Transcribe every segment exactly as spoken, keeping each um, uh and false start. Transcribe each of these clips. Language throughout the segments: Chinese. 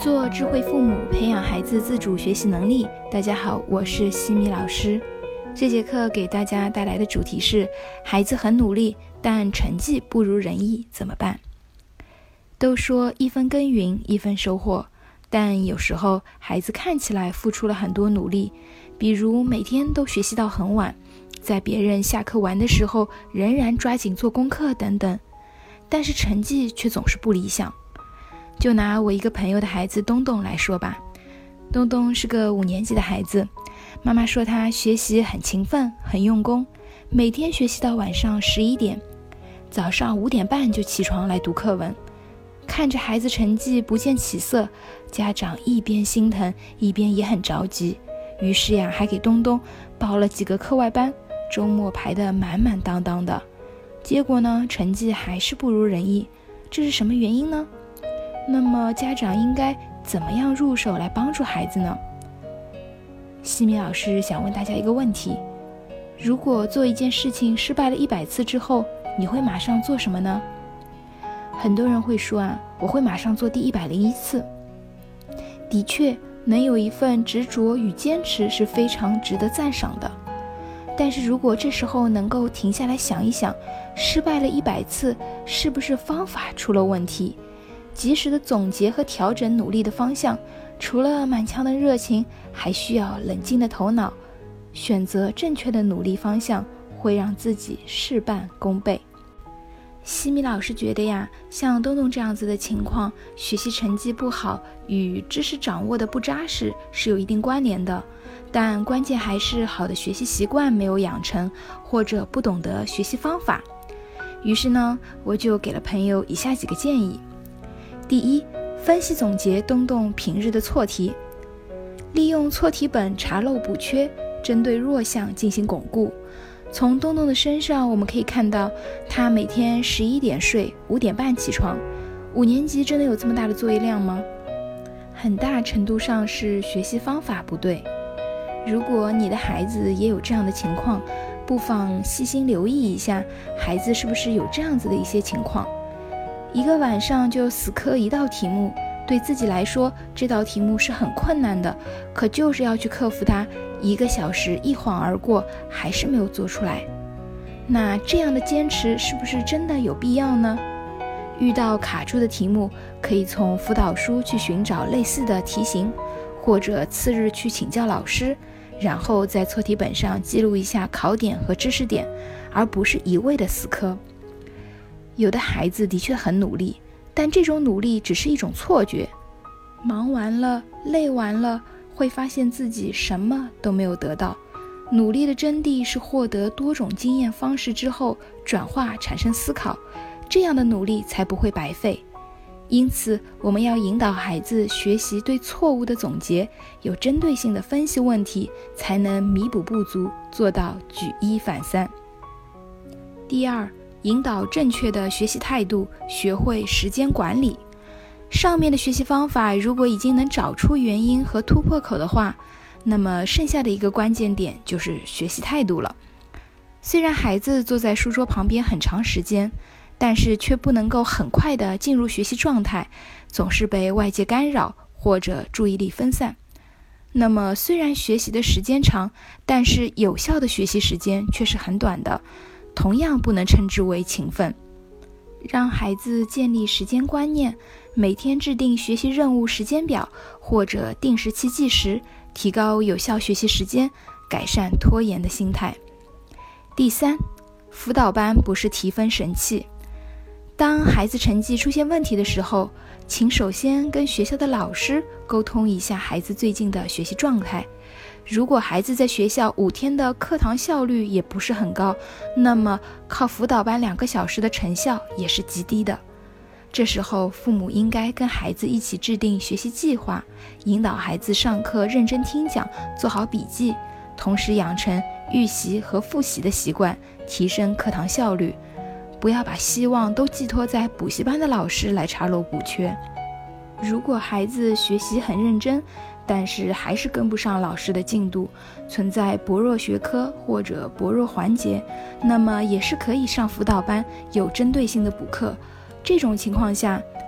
做智慧父母，培养孩子自主学习能力。大家好，我是西米老师。这节课给大家带来的主题是：孩子很努力，但成绩不如人意，怎么办？都说一分耕耘一分收获，但有时候孩子看起来付出了很多努力，比如每天都学习到很晚，在别人下课玩的时候仍然抓紧做功课等等，但是成绩却总是不理想。就拿我一个朋友的孩子东东来说吧，东东是个五年级的孩子，妈妈说他学习很勤奋很用功，每天学习到晚上十一点，早上五点半就起床来读课文。看着孩子成绩不见起色，家长一边心疼一边也很着急，于是呀还给东东报了几个课外班，周末排得满满当当的。结果呢，成绩还是不如人意，这是什么原因呢？那么家长应该怎么样入手来帮助孩子呢？西米老师想问大家一个问题：如果做一件事情失败了一百次之后，你会马上做什么呢？很多人会说啊，我会马上做第一百零一次。的确，能有一份执着与坚持是非常值得赞赏的。但是如果这时候能够停下来想一想，失败了一百次，是不是方法出了问题？及时的总结和调整努力的方向，除了满腔的热情，还需要冷静的头脑。选择正确的努力方向，会让自己事半功倍。西米老师觉得呀，像东东这样子的情况，学习成绩不好与知识掌握的不扎实是有一定关联的，但关键还是好的学习习惯没有养成，或者不懂得学习方法。于是呢，我就给了朋友以下几个建议。第一，分析总结东东平日的错题，利用错题本查漏补缺，针对弱项进行巩固。从东东的身上我们可以看到，他每天十一点睡，五点半起床。五年级真的有这么大的作业量吗？很大程度上是学习方法不对。如果你的孩子也有这样的情况，不妨细心留意一下，孩子是不是有这样子的一些情况。一个晚上就死磕一道题目，对自己来说这道题目是很困难的，可就是要去克服它，一个小时一晃而过，还是没有做出来。那这样的坚持是不是真的有必要呢？遇到卡住的题目，可以从辅导书去寻找类似的题型，或者次日去请教老师，然后在错题本上记录一下考点和知识点，而不是一味的死磕。有的孩子的确很努力，但这种努力只是一种错觉，忙完了累完了，会发现自己什么都没有得到。努力的真谛是获得多种经验方式之后转化产生思考，这样的努力才不会白费。因此我们要引导孩子学习对错误的总结，有针对性的分析问题，才能弥补不足，做到举一反三。第二，引导正确的学习态度，学会时间管理。上面的学习方法如果已经能找出原因和突破口的话，那么剩下的一个关键点就是学习态度了。虽然孩子坐在书桌旁边很长时间，但是却不能够很快的进入学习状态，总是被外界干扰或者注意力分散。那么虽然学习的时间长，但是有效的学习时间却是很短的，同样不能称之为勤奋。让孩子建立时间观念，每天制定学习任务时间表，或者定时器计时，提高有效学习时间，改善拖延的心态。第三，辅导班不是提分神器。当孩子成绩出现问题的时候，请首先跟学校的老师沟通一下孩子最近的学习状态。如果孩子在学校五天的课堂效率也不是很高，那么靠辅导班两个小时的成效也是极低的。这时候父母应该跟孩子一起制定学习计划，引导孩子上课认真听讲，做好笔记，同时养成预习和复习的习惯，提升课堂效率。不要把希望都寄托在补习班的老师来查漏补缺。如果孩子学习很认真，但是还是跟不上老师的进度，存在薄弱学科或者薄弱环节，那么也是可以上辅导班，有针对性的补课。这种情况下，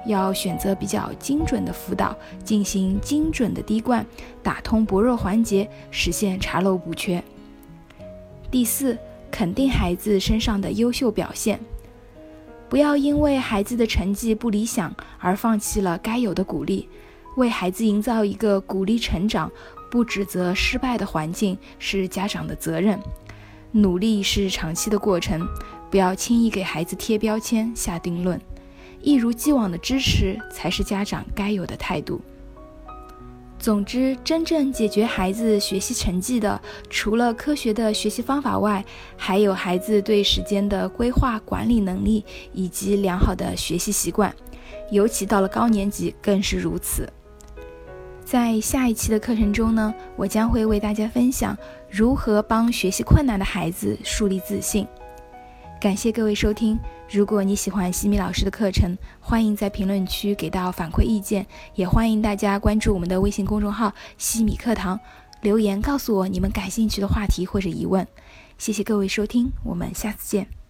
要选择比较精准的辅导，进行精准的滴灌，打通薄弱环节，实现查漏补缺。第四，肯定孩子身上的优秀表现。不要因为孩子的成绩不理想而放弃了该有的鼓励，为孩子营造一个鼓励成长、不指责失败的环境是家长的责任。努力是长期的过程，不要轻易给孩子贴标签、下定论。一如既往的支持才是家长该有的态度。总之，真正解决孩子学习成绩的，除了科学的学习方法外，还有孩子对时间的规划管理能力以及良好的学习习惯，尤其到了高年级更是如此。在下一期的课程中呢，我将会为大家分享如何帮学习困难的孩子树立自信。感谢各位收听，如果你喜欢西米老师的课程，欢迎在评论区给到反馈意见，也欢迎大家关注我们的微信公众号西米课堂，留言告诉我你们感兴趣的话题或者疑问。谢谢各位收听，我们下次见。